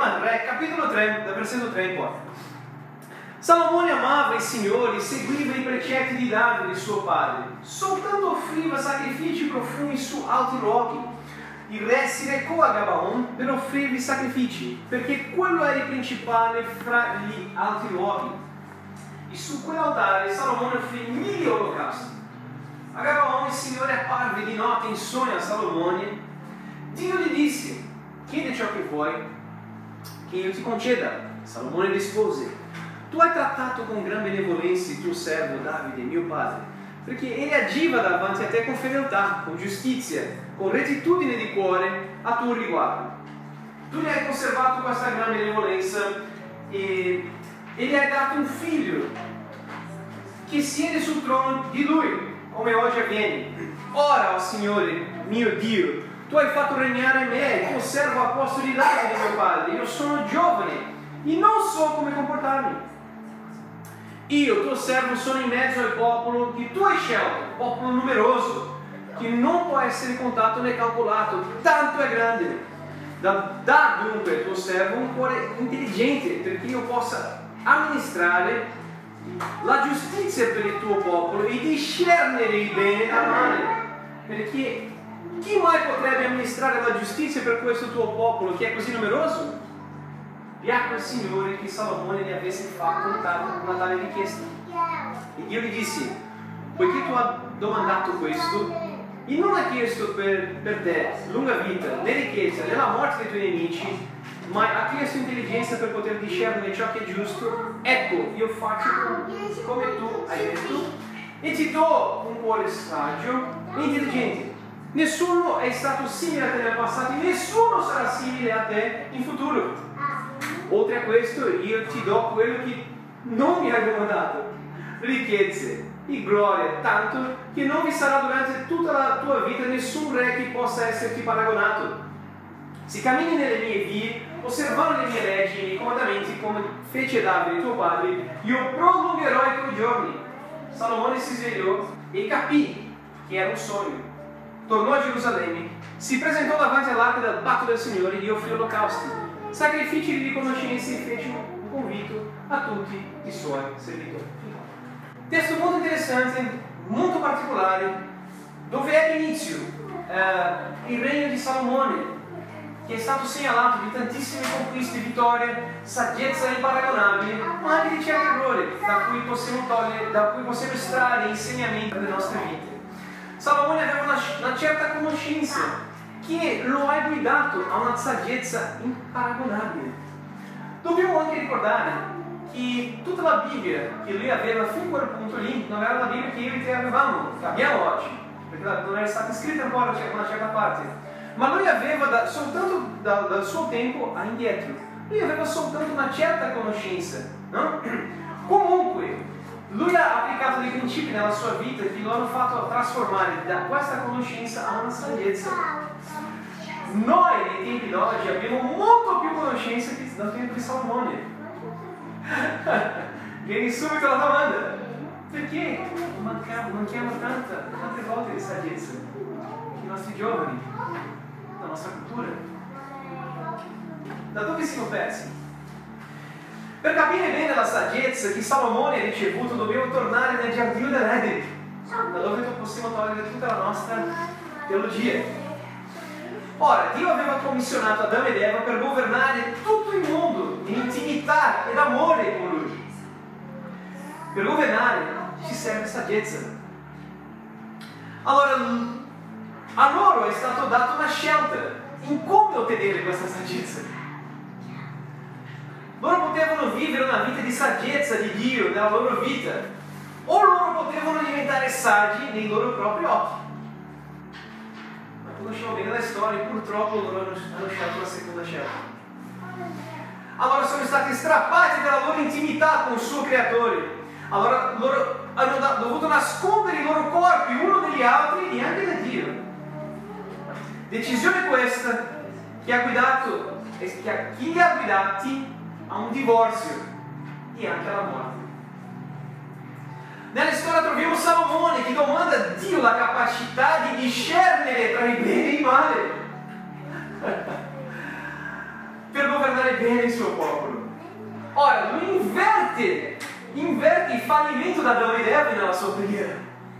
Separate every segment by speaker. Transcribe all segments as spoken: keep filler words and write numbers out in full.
Speaker 1: Prima Re, capitolo tre, dal versetto tre in poi. Salomone amava il Signore, seguiva i precetti di Davide, suo padre, soltanto offriva sacrifici profumi su alti luoghi. Il re si recò a Gabaon per offrirvi sacrifici, perché quello era il principale fra gli alti luoghi. E su quell'altare Salomone offrì mille olocausti. A Gabaon il Signore apparve di notte in sogno a Salomone. Dio gli disse: chiede ciò che vuoi, che io ti conceda. Salomone rispose: tu hai trattato con gran benevolenza il tuo servo Davide, mio padre, perché egli agiva davanti a te con fedeltà, con giustizia, con rettitudine di cuore a tuo riguardo. Tu gli hai conservato questa gran benevolenza e, e gli hai dato un figlio che siede sul trono di lui, come oggi avviene. Ora, oh Signore mio Dio, tu hai fatto regnare me, il tuo servo a posto di Davide mio padre. Io sono giovane e non so come comportarmi. Io, tuo servo, sono in mezzo al popolo che tu hai scelto, un popolo numeroso, che non può essere contato né calcolato, tanto è grande. Da, da dunque al tuo servo un cuore intelligente, perché io possa amministrare la giustizia per il tuo popolo e discernere il bene dal male. Perché chi mai potrebbe amministrare la giustizia per questo tuo popolo che è così numeroso? Piacque al Signore che Salomone ne avesse fatto una tale richiesta. E Dio gli disse: poiché tu hai domandato questo, e non hai chiesto per, per te lunga vita, né ricchezza, né la morte dei tuoi nemici, ma ha chiesto intelligenza per poter discernere ciò che è giusto, ecco, io faccio come tu hai detto, e ti do un cuore saggio e intelligente. Nessuno è stato simile a te nel passato, e nessuno sarà simile a te in futuro. Oltre a questo io ti do quello che non mi hai domandato, ricchezze e gloria, tanto che non vi sarà durante tutta la tua vita nessun re che possa esserti paragonato. Se cammini nelle mie vie, osservando le mie leggi e i miei comandamenti, come fece Davide tuo padre, io prolungherò i tuoi giorni. Salomone si svegliò e capì che era un sogno. Tornò a Gerusalemme, si presentò davanti all'arca del patto del Signore e offrì olocausti, sacrifici di riconoscenza e fece un convito a tutti i suoi servitori. Testo molto interessante, molto particolare, dove è l'inizio, eh, il regno di Salomone, che è stato segnalato di tantissime conquiste, vittorie, saggezza imparagonabile, ma anche di certi errori da cui possiamo togliere, da cui possiamo estrarre insegnamenti delle nostre vite. Salomone aveva una, una certa conoscenza che lo ha guidato a una saggezza imparagonabile. Dobbiamo anche ricordare che tutta la Bibbia che lui aveva fino a quel punto lì non era la Bibbia che io e te avevamo, che abbiamo oggi, perché non era stata scritta ancora una certa parte, ma lui aveva da, soltanto da, dal suo tempo a indietro, lui aveva soltanto una certa conoscenza, no? Comunque lui ha applicato dei principi nella sua vita che lo hanno fatto trasformare da questa conoscenza a una saggezza. Noi nei tempi d'oggi abbiamo molto più conoscenza che dal tempo di Salomone. Viene subito la domanda: perché manchiamo, manchiamo tanta, tante volte di saggezza? I nostri giovani, la nostra cultura, da dove siamo persi? Per capire bene la saggezza che Salomone ha ricevuto dobbiamo tornare nel giardino dell'Eden, da dove possiamo togliere tutta la nostra teologia. Ora, Dio aveva commissionato Adamo ed Eva per governare tutto il mondo in intimità ed amore con Lui. Per governare ci serve saggezza. Allora, a loro è stato dato una scelta in come ottenere questa saggezza. Loro potevano vivere una vita di saggezza di Dio nella loro vita, o loro potevano diventare saggi nei loro propri occhi. Conosciamo bene la storia, purtroppo loro hanno scelto la seconda scelta. Allora sono stati strappati dalla loro intimità con il suo creatore. Allora loro hanno da- dovuto nascondere i loro corpi uno dagli altri e anche da Dio. Decisione questa che ha guidato, che ha, chi li ha guidati a un divorzio e anche alla morte. Nella storia troviamo Salomone che domanda a Dio la capacità di discernere tra il bene e il male per governare bene il suo popolo. Ora, lui inverte, inverte il fallimento da Adamo ed Eva nella sua preghiera.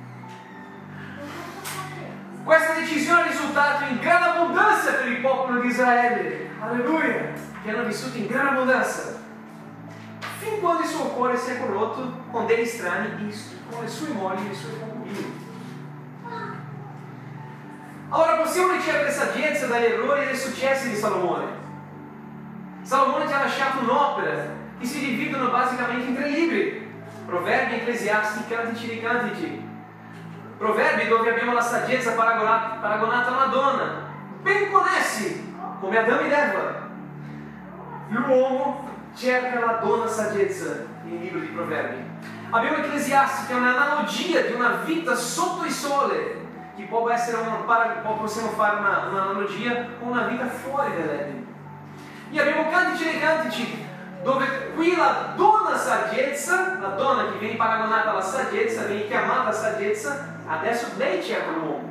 Speaker 1: Questa decisione ha risultato in gran abbondanza per il popolo di Israele. Alleluia! Che hanno vissuto in gran abbondanza. Fin quando il suo cuore si è corrotto con degli strani, con le sue mogli e i suoi concubini. Allora possiamo ricevere saggezza dagli errori e dai successi di Salomone. Salomone ci ha lasciato un'opera che si dividono basicamente in tre libri: Proverbi, Ecclesiasti, Cantici dei Cantici. Proverbi, dove abbiamo la saggezza paragonata, paragonata a una donna, ben connessi, come Adamo ed Eva. L'uomo cerca la donna saggezza nel libro di Proverbi. Abbiamo Ecclesiasti, che è un'analogia di una vita sotto il sole, che può essere una, possiamo fare una, un'analogia con una vita fuori dall'Eden. E abbiamo Cantici dei Cantici, dove qui la donna saggezza, la donna che viene paragonata alla saggezza, viene chiamata saggezza, adesso lei cerca l'uomo.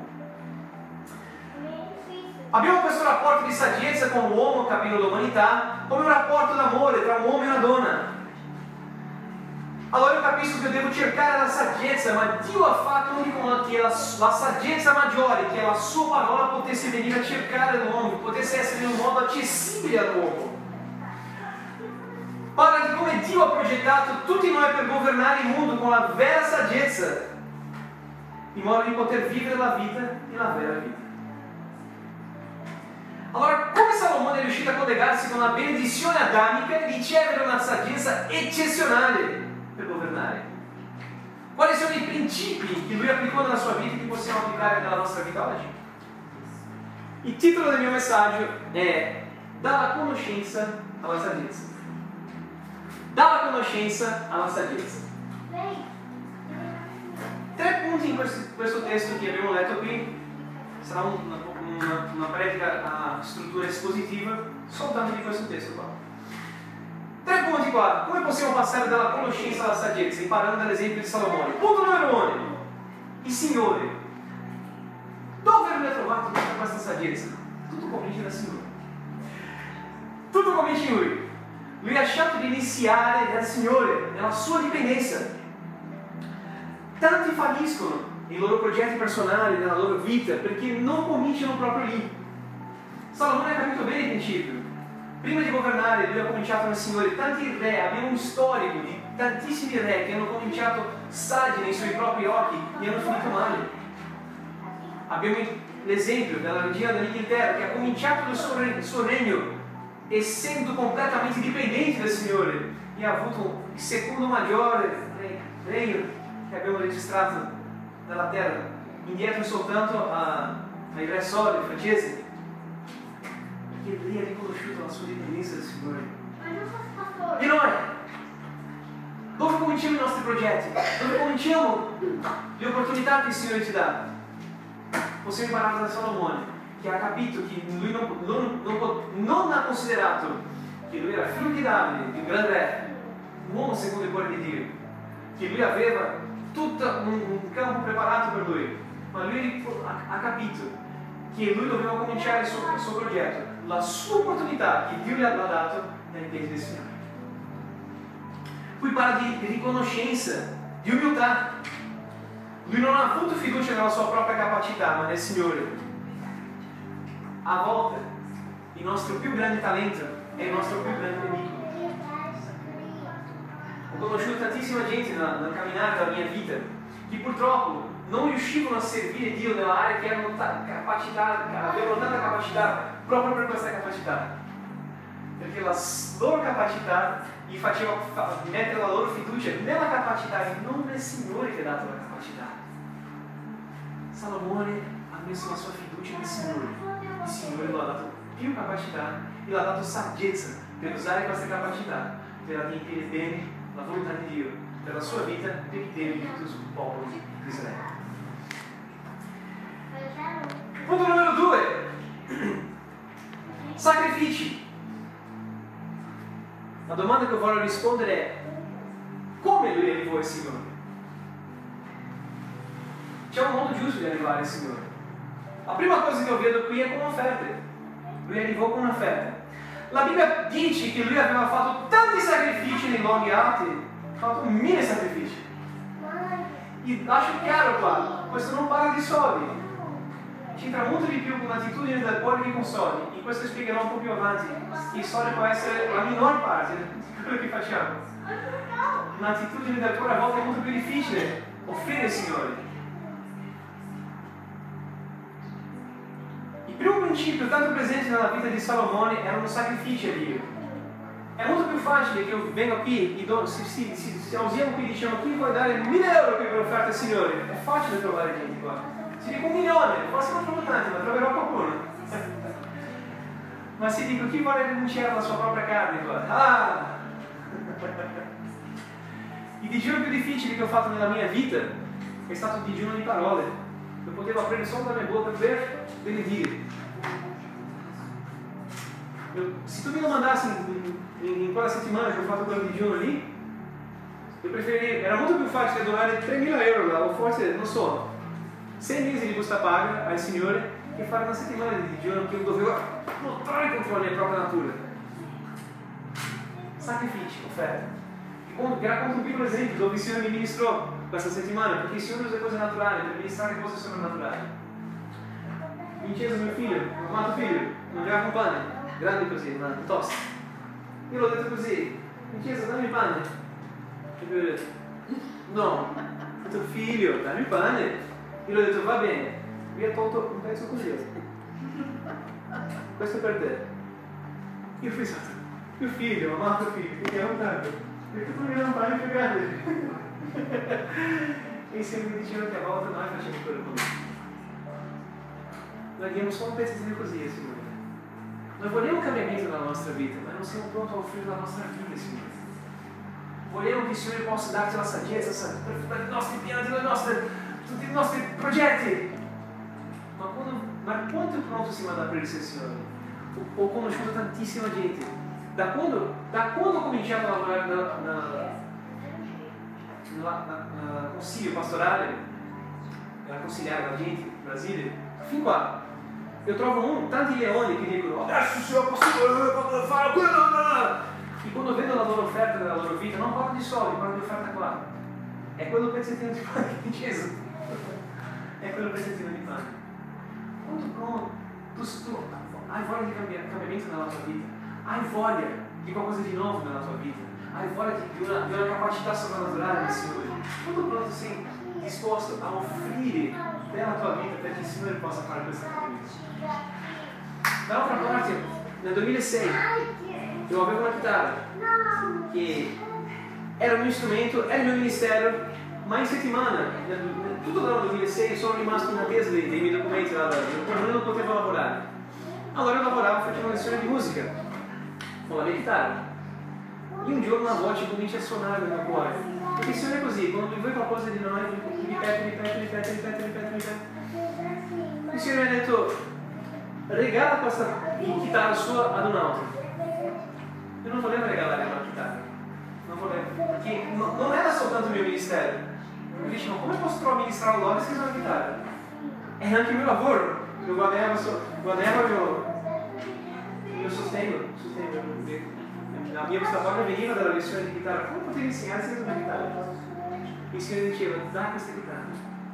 Speaker 1: Abbiamo questo rapporto di saggezza con l'uomo, capendo l'umanità, come un rapporto d'amore tra un uomo e una donna. Allora io capisco che devo cercare la saggezza, ma Dio ha fatto un modo che la, la saggezza maggiore, che la sua parola potesse venire a cercare l'uomo, potesse essere in un modo accessibile all'uomo. Parla di come Dio ha progettato tutti noi per governare il mondo con la vera saggezza, in modo di poter vivere la vita nella vera vita. Allora, come Salomone è riuscito a collegarsi con la benedizione adamica e ricevere una saggezza eccezionale per governare? Quali sono i principi che lui applicò nella sua vita e che possiamo applicare nella nostra vita oggi? Il titolo del mio messaggio è Dalla conoscenza alla saggezza. Dalla conoscenza alla saggezza. Tre punti in questo, questo testo che abbiamo letto qui. Sarà una, una, una predica a struttura espositiva soltanto di questo testo qua. Tre punti qua. Come possiamo passare dalla conoscenza alla saggezza? Imparando dall'esempio di Salomone. Punto numero uno. Il Signore. Dove lui ha trovato tutta questa saggezza? Tutto comincia dal Signore. Tutto comincia in Lui. Lui ha scelto di iniziare dal Signore, nella sua dipendenza. Tanti falliscono nei loro progetti personali, nella loro vita, perché non cominciano proprio lì. Salomone ha capito bene il principio. Prima di governare, lui ha cominciato nel Signore. Tanti re, abbiamo un storico di tantissimi re che hanno cominciato saggi nei suoi propri occhi e hanno finito male. Abbiamo l'esempio della regina dell'Inghilterra che ha cominciato il suo, regno, il suo regno essendo completamente dipendente dal Signore e ha avuto il secondo maggiore regno che abbiamo registrato nella terra, indietro soltanto a, ai re Soli francesi, perché lì ha riconosciuto la sua dipendenza dal Signore. E noi, dove cominciamo i nostri progetti? Dove cominciamo le opportunità che il Signore ci dà? Possiamo imparare da Salomone, che ha capito che lui non, non, non, non ha considerato che lui era figlio di Davide, di un grande re, un uomo secondo il cuore di Dio, che lui aveva tutto un, un campo preparato per lui, ma lui ha, ha capito che lui doveva cominciare il suo, il suo progetto, la sua opportunità che Dio gli ha dato nei piedi del Signore. Qui parla di riconoscenza, di umiltà. Lui non ha avuto fiducia nella sua propria capacità, ma nel Signore. A volte il nostro più grande talento è il nostro più grande nemico. Ho conosciuto tantissima gente nel, nel camminare della mia vita che purtroppo non riuscivano a servire Dio nell'area che erano ta- capacità, avevano tanta capacità proprio per questa capacità, perché la loro capacità gli faceva fa- mettere la loro fiducia nella capacità e non nel Signore che ha dato la capacità. Salomone ha messo la sua fiducia nel Signore. Il Signore lo ha dato più capacità e lo ha dato saggezza per usare questa capacità per adempiere bene la volontà di Dio per la sua vita e per il bene di tutto il popolo di Israele. Punto numero due. Sacrifici. La domanda che voglio rispondere è: come lui arrivò al Signore? C'è un modo giusto di arrivare al Signore. La prima cosa che io vedo qui è con offerte. Lui arrivò con un'offerta. La Bibbia dice che lui aveva fatto tanti sacrifici nei luoghi alti, ha fatto mille sacrifici. E lascio chiaro qua, questo non parla di soldi, c'entra molto di più con l'attitudine del cuore che con soldi. In questo spiegherò un po' più avanti. Il soldi può essere la minor parte di quello che facciamo. Un'attitudine del cuore a volte è molto più difficile offrire al Signore. Il primo principio tanto presente nella vita di Salomone era un sacrificio a Dio. È molto più facile che io venga qui e do, si, si, si, si usiamo qui e diciamo chi vuole dare mille euro per offerta al Signore. È facile trovare gente qua. Si dico un milione, forse non trovo tanti, ma troverò qualcuno. Ma si dico chi vuole rinunciare alla sua propria carne qua. Ah! Il digiuno più difficile che ho fatto nella mia vita è stato il digiuno di parole. Io potevo aprire solo la mia bocca per benedire. Io, se tu mi lo mandassi in, in, in quella settimana che ho fatto quel digiuno lì, io preferirei, era molto più facile donare tremila euro là, o forse, non so, sei mesi di busta paga al Signore che fare una settimana di digiuno che io dovevo lottare contro la mia propria natura. Sacrifici, offerte. Vi racconto un piccolo esempio dove il Signore mi ministrò questa settimana, perché il Signore usa cose naturali per ministrare cose soprannaturali. Vincenzo, mio figlio, amato figlio, mangiava un pane, grande così, ma tosto. Io l'ho detto così, Vincenzo, dammi il pane. E lui ha detto, no, ho detto figlio, dammi il pane. Io l'ho detto, va bene, mi ha tolto un pezzo così. Questo è per te. Io ho pensato, mio figlio, amato figlio, che ti amo tanto. Perché tu mi dai un pane più grande? E il Signore mi diceva che a volte noi facciamo quello con lui. Noi diamo solo un pezzettino così al Signore. Noi vogliamo cambiamento nella nostra vita, ma non siamo pronti a offrire la nostra vita, Signore. Vogliamo che il Signore possa darci la saggezza per i nostri piani, le nostre, tutti i nostri progetti. Ma, quando, ma quanto è pronto siamo ad aprirsi al Signore? Ho, ho conosciuto tantissima gente. Da quando, da quando ho cominciato a lavorare nel consiglio pastorale, a consigliare la gente in Brasile, fin qua, io trovo un, tanti leoni che dicono adesso se io posso fare quello, e quando vedo la loro offerta della loro vita, non parlo di soldi, parlo di offerta qua. È quello pezzettino di pane che dice Gesù. È quello pezzettino di pane. Quanto pronto tu, tu hai voglia di cambiare, cambiamento nella tua vita? Hai voglia di qualcosa di nuovo nella tua vita? Hai voglia di una, di una capacità soprannaturale del Signore? Quanto pronto sei disposto a offrire della tua vita perché il Signore possa fare questa cosa? Dall'altra parte, nel duemilasei, io avevo una chitarra che era il mio strumento, era il mio ministero, ma in settimana, nel, nel, tutto l'anno duemilasei, sono rimasto in attesa dei, dei miei documenti là, perché non potevo lavorare. Allora io lavoravo, facevo una lezione di musica con la mia chitarra. E un giorno una voce comincia a suonare nel mio cuore. Perché il Signore è così, quando vuoi qualcosa di noi, ripete, ripete, ripete, ripete, ripete, ripete. Il Signore mi ha detto, regala questa chitarra sua ad un altro. Io non volevo regalare una chitarra, non volevo, perché no, non era soltanto il mio ministero. Mi dice, ma come posso amministrare l'ora se usa una chitarra? È anche il mio lavoro, io guadagnavo, guadagnavo il mio, il mio sostegno, sostegno. La mia questa paga veniva dalla lezione di chitarra, come potevi insegnare senza una chitarra? Il Signore diceva, dai questa chitarra.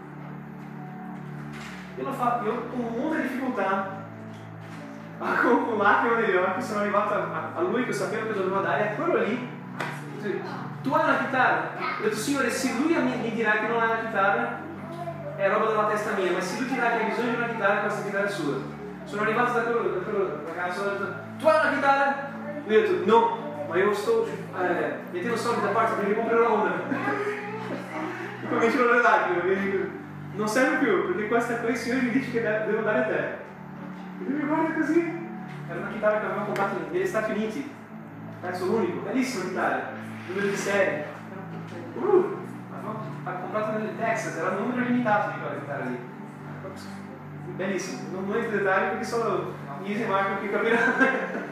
Speaker 1: Io l'ho fatto, io con molta difficoltà, con lacrime negli occhi, sono arrivato a, a lui che sapevo che doveva dare, a quello lì, tu hai una chitarra? Ho detto, Signore, se lui mi, mi dirà che non ha una chitarra, è roba della testa mia, ma se lui dirà che hai bisogno di una chitarra, questa chitarra è sua. Sono arrivato da quello, da quello ragazzo, ho detto, tu hai una chitarra? Lui ha detto, no, ma io sto eh, mettendo soldi da parte perché comprerò una. E cominciano le lacrime, e dico, non serve più, perché questa qui il Signore mi dice che devo dare a te. E lui mi guarda così. Era una chitarra che avevo comprato negli Stati Uniti, pezzo unico, bellissima chitarra, numero di serie. Uh, avevo comprato nel Texas, era un numero limitato di quella chitarra lì. Bellissimo, non entro in dettagli perché solo Easy Marco che capirà.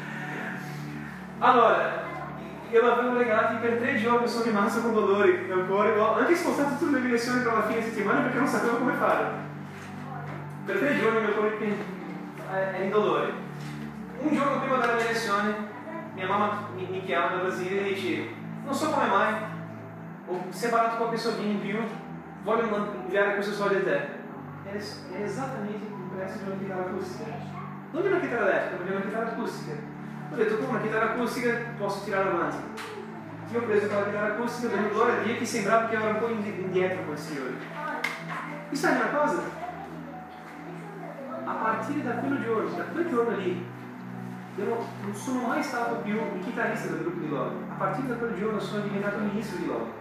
Speaker 1: Allora, io l'avevo regalato per tre giorni, sono rimasto con dolori nel cuore, ho anche spostato tutte le mie lezioni per la fine settimana perché non sapevo come fare. Per tre giorni il mio cuore è in dolore. Un giorno prima della mia lezione, mia mamma mi, mi chiama da Brasile e dice: non so come mai, ho separato qualche soldino in più, voglio inviare questo soldi a te. È esattamente il prezzo di una chitarra acustica. Non di una chitarra elettrica, ma di una chitarra acustica. Ho detto: con una chitarra acustica posso tirare avanti. Io ho preso quella chitarra acustica, ho detto gloria a Dio, che sembrava che ero un po' indietro con il Signore. Mi sai una cosa? A partire da quel giorno, da quel giorno lì, io non sono mai stato più il chitarrista del gruppo di Lodi. A partire da quel giorno sono diventato ministro di Lodi.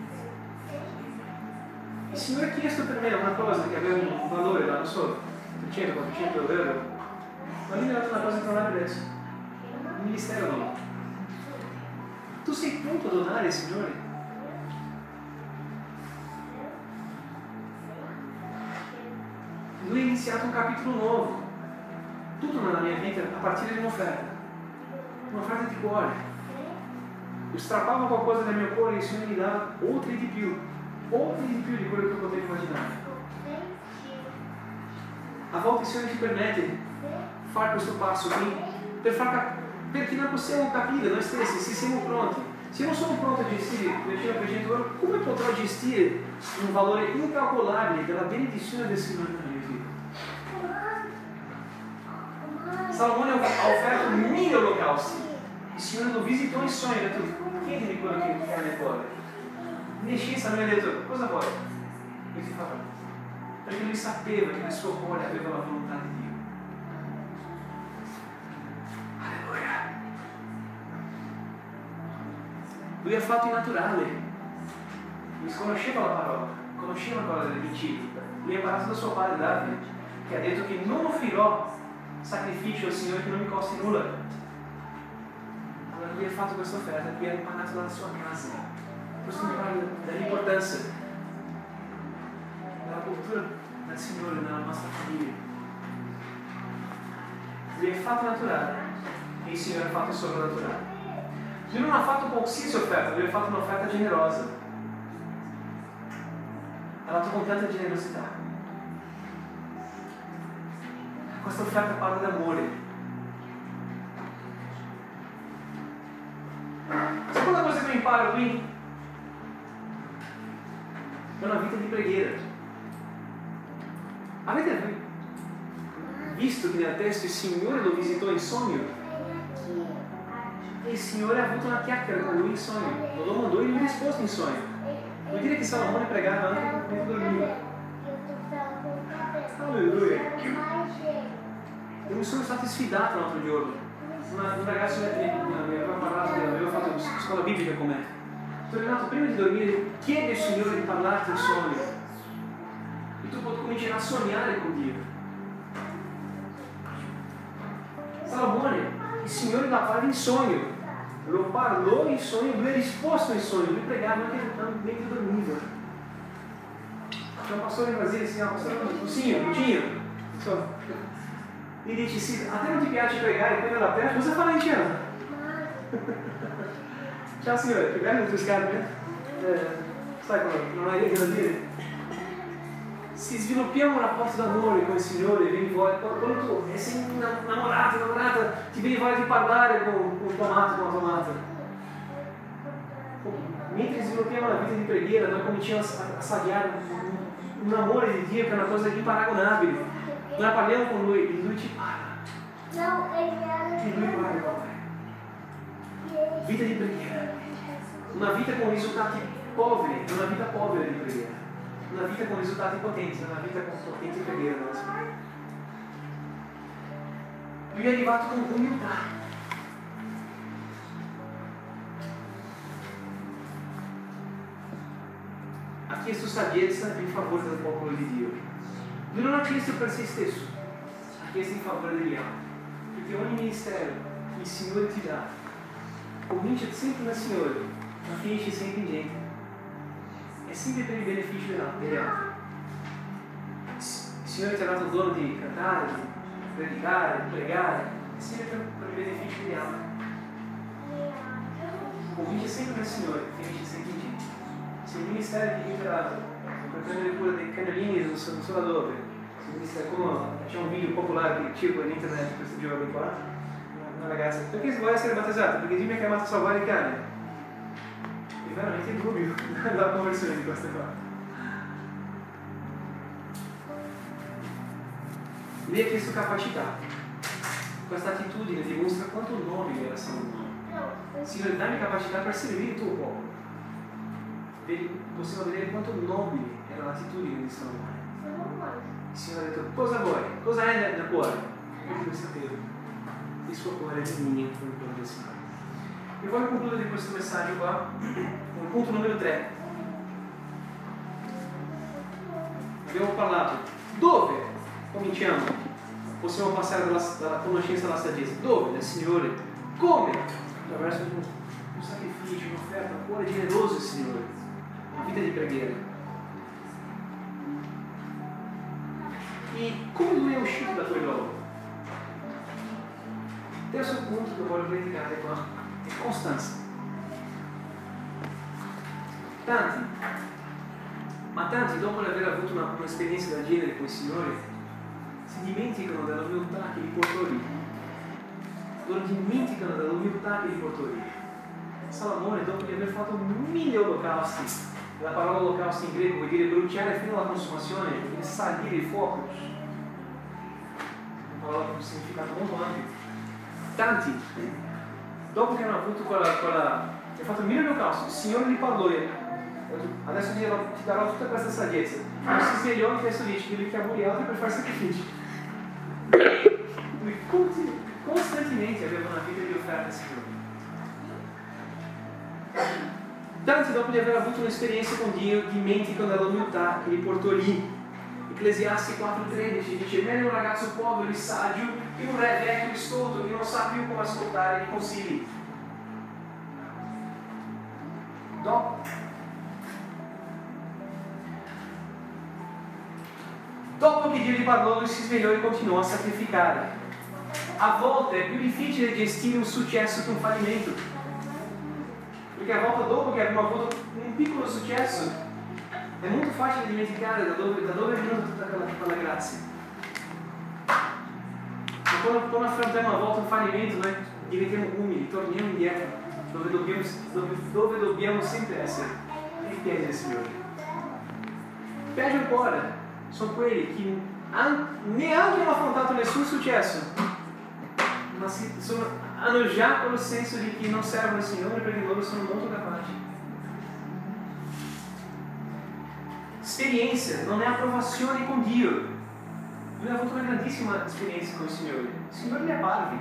Speaker 1: Il Signore ha chiesto per me una cosa che aveva un valore, non so, trecento quattrocento euro, ma lui mi ha dato una cosa che non ha adesso, il ministero di Lodi. Tu sei pronto a donare, Signore? Lui ha iniziato un capitolo nuovo, tutto nella mia vita, a partire da un'offerta, un'offerta di cuore. Io strappavo qualcosa dal mio cuore e il Signore mi dà oltre di più, oltre di più di quello che potevo immaginare. A volte il Signore ci permette di fare questo passo qui per far capire, perché non possiamo capire noi stessi se siamo pronti. Se io non sono pronto a gestire duecento euro, come potrò gestire un valore incalcolabile della benedizione del Signore nella mia vita? Salomone ha offerto mille olocausti. Il Signore lo visitò in sogno e ha detto: chiedimi quello che hai nel cuore. In scienza lui ha detto: cosa vuoi? E ti farò. Perché lui sapeva che nel suo cuore aveva la volontà di Dio. Alleluia. Lui ha fatto il naturale. Lui conosceva la parola, conosceva la parola del principio. Lui ha imparato da suo padre Davide, che ha detto che non offrirò sacrificio al Signore che non mi costi nulla. Allora lui ha fatto questa offerta, lui ha imparato dalla sua casa. Questo mi parla dell'importanza della cultura del Signore nella nostra famiglia. Lui ha fatto naturale e il Signore ha fatto soprannaturale. Lui non ha fatto qualsiasi offerta, lui ha fatto un'offerta generosa. Ha dato con tanta generosità. Questa offerta parla d'amore. La seconda cosa che mi imparo qui è una vita di preghiera. Avete visto che nel testo il Signore lo visitò in sogno? E il Signore ha avuto una chiacchiera con lui in sogno. Lo domandò e lui ha risposto in sogno. Vuol dire che Salomone pregava anche mentre dormiva. Alleluia. Io mi sono stato sfidato l'altro giorno. Una, un ragazzo mi aveva parlato, aveva fatto scuola biblica con me. Sono arrivato prima di dormire, chiede al Signore di parlarti in sogno. E tu puoi cominciare a sognare con Dio. Salomone, il Signore la parla in sogno. Lo parlò in sogno, lui ha risposto in sogno, lui pregava anche mentre dormiva. C'è un pastore in Brasile, si chiama pastore Lucinho, Lucinho. Mi dice: sì, a te non ti piace pregare qui nella terra? Cosa fa là in cielo? Ciao Signore, che bello le tue scarpe? Eh, sai cosa? Non hai niente da dire. Se sviluppiamo un rapporto d'amore con il Signore, vieni voglia, quando tu sei innamorato, innamorata, ti vieni voglia di parlare con, con tua amata, con la tua amata. Mentre sviluppiamo la vita di preghiera, noi cominciamo a, a sagliare un, un amore di Dio che è una cosa imparagonabile. Noi parliamo con Lui e Lui ci parla. E Lui parla con noi. Vita di preghiera. Una vita con risultati poveri, una vita povera di preghiera. Una vita con risultati potenti, una vita con potenti preghiere nella sua vita. Lui è arrivato con umiltà. Ha chiesto saggezza in favore del popolo di Dio. Lui non ha chiesto per se stesso, ha chiesto in favore degli altri. Perché ogni ministero che il Signore ti dà comincia sempre dal Signore, ma finisce sempre in gente. È sempre per il beneficio degli altri. Il Signore ti ha dato il dono di cantare, di predicare, di pregare, è sempre per, per il beneficio degli altri. Comincia sempre dal Signore, finisce sempre in gente. Se il ministero ti aiuterà per prendere cura dei cagnolini, non so, non so da dove. Se il ministero, come c'è un video popolare che circola in internet questi giorni qua, una ragazza, perché vuoi essere battezzato? Perché Dio mi ha chiamato a salvare i cani. È veramente dubbio la conversione di queste cose. Lei ha chiesto capacità. Questa attitudine dimostra quanto nobile era Salomone. Signore, dammi capacità per servire il tuo popolo. Vedi, possiamo vedere quanto nobile era l'attitudine di Salomone. Il Signore ha detto, cosa vuoi? Cosa hai nel cuore? Perché lui sapeva. Il suo cuore è linea con quello del Signore. E voglio concludere questo messaggio qua con il punto numero tre. Abbiamo parlato. Dove cominciamo? Possiamo passare dalla, dalla conoscenza alla saggezza. Dove? Dal Signore. Come? Attraverso un, un sacrificio, un'offerta, un cuore generoso, Signore. Una vita di preghiera. E come lui è uscito da quel luogo? Terzo punto che voglio predicare qua è costanza. Tanti, ma tanti dopo aver avuto una, un'esperienza del genere con il Signore si dimenticano dell'umiltà che li portò lì. Loro dimenticano dell'umiltà che li portò lì. Salomone, dopo di aver fatto mille olocausti, la parola olocausto in greco vuol dire bruciare fino alla consumazione, vuol dire salire il fuoco. Una parola con un significato molto ampio. Tanti, dopo che hanno avuto quella, quella che ha fatto mille olocausti, il Signore gli parlò e adesso ti darò, ti darò tutta questa saggezza. Non si svegliò e adesso dice che lui chiamò gli altri per fare sacrifici. Lui continu- costantemente aveva una vita di offerta al Signore. Tanti dopo di aver avuto un'esperienza con Dio dimenticano dell'umiltà che li portò lì. Ecclesiastes quattro tredici dice: meglio un ragazzo povero e saggio che un re vecchio e stolto che non sa più come ascoltare i consigli. Dopo, dopo che Dio gli parlò, lui si svegliò e continuò a sacrificare. A volte è più difficile gestire un successo che un fallimento. Perché a volte dopo che abbiamo avuto un piccolo successo è molto facile dimenticare da dove, da dove è venuta tutta quella, quella grazia. Ma quando, quando affrontiamo a volte un fallimento noi diventiamo umili, torniamo indietro, dove dobbiamo, dove, dove dobbiamo sempre essere, nei piedi del Signore. Peggio ancora sono quelli che han, neanche hanno affrontato nessun successo, ma si, sono, hanno già quello senso di che non servono il Signore perché loro sono molto capaci. Esperienza non è approvazione con Dio. Lui ha avuto una grandissima esperienza con il Signore. Il Signore gli apparve,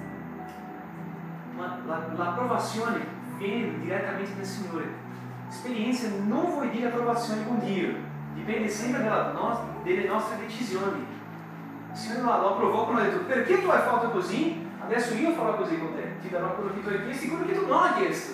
Speaker 1: ma la, l'approvazione viene direttamente dal Signore. Esperienza non vuol dire approvazione con Dio, dipende sempre dalla nostra, delle nostre decisioni. Il Signore lo approvò quando ha detto: perché tu hai fatto così? Adesso io farò così con te, ti darò quello che tu hai chiesto e quello che tu non hai chiesto.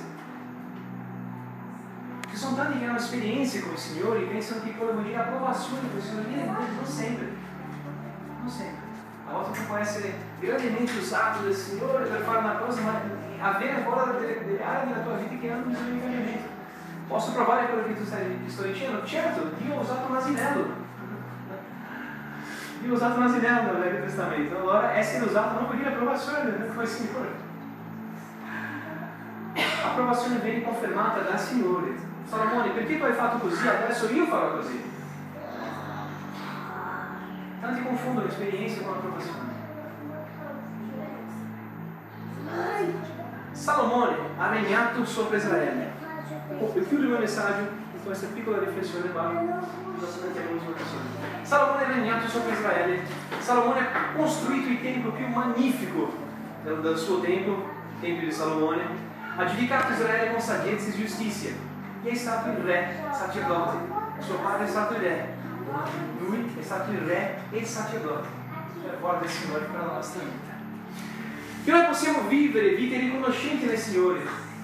Speaker 1: Ci sono tanti che hanno esperienze con il Signore e pensano che quello vuol dire approvazione con il Signore. Non sempre, non sempre. A volte tu puoi essere grandemente usato dal Signore per fare una cosa, ma avere ancora delle, delle aree della tua vita che hanno bisogno di cambiamento. Posso provare quello che tu stai, ti sto dicendo? Certo, Dio ha usato un asinello. Dio ha usato un asinello nel Vecchio Testamento, allora essere usato non vuol dire approvazione come Signore. L'approvazione viene confermata dal Signore. Salomone, perché tu hai fatto così? Adesso io farò così. Tanti confondono l'esperienza con l'approvazione. Salomone ha regnato sopra Israele. Io chiudo il mio messaggio con questa piccola riflessione qua. Salomone ha regnato sopra Israele. Salomone ha costruito il tempio più magnifico del, del suo tempo, il tempio di Salomone. Ha giudicato Israele con saggezza e giustizia. E è stato il re sacerdote. Suo padre è stato il re. Lui è stato il re e il sacerdote. Per cuore del Signore per la nostra vita. Che noi possiamo vivere vite riconoscenti nel Signore.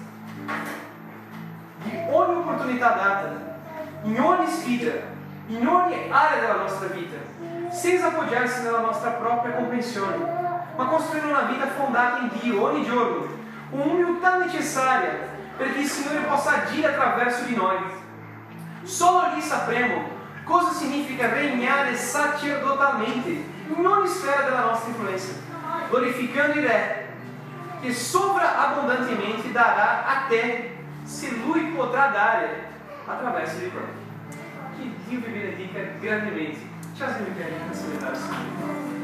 Speaker 1: Di ogni opportunità data, in ogni sfida, in ogni area della nostra vita, senza appoggiarsi nella nostra propria comprensione, ma costruire una vita fondata in Dio ogni giorno, un'umiltà necessaria perché il Signore possa agire attraverso di noi. Solo lì sapremo cosa significa regnare sacerdotalmente in ogni sfera della nostra influenza, glorificando il Re che sovraabondantemente dará até se lui potrà dare attraverso di proprio. Que Dio vi benedica grandemente. Tchauzinho, querido.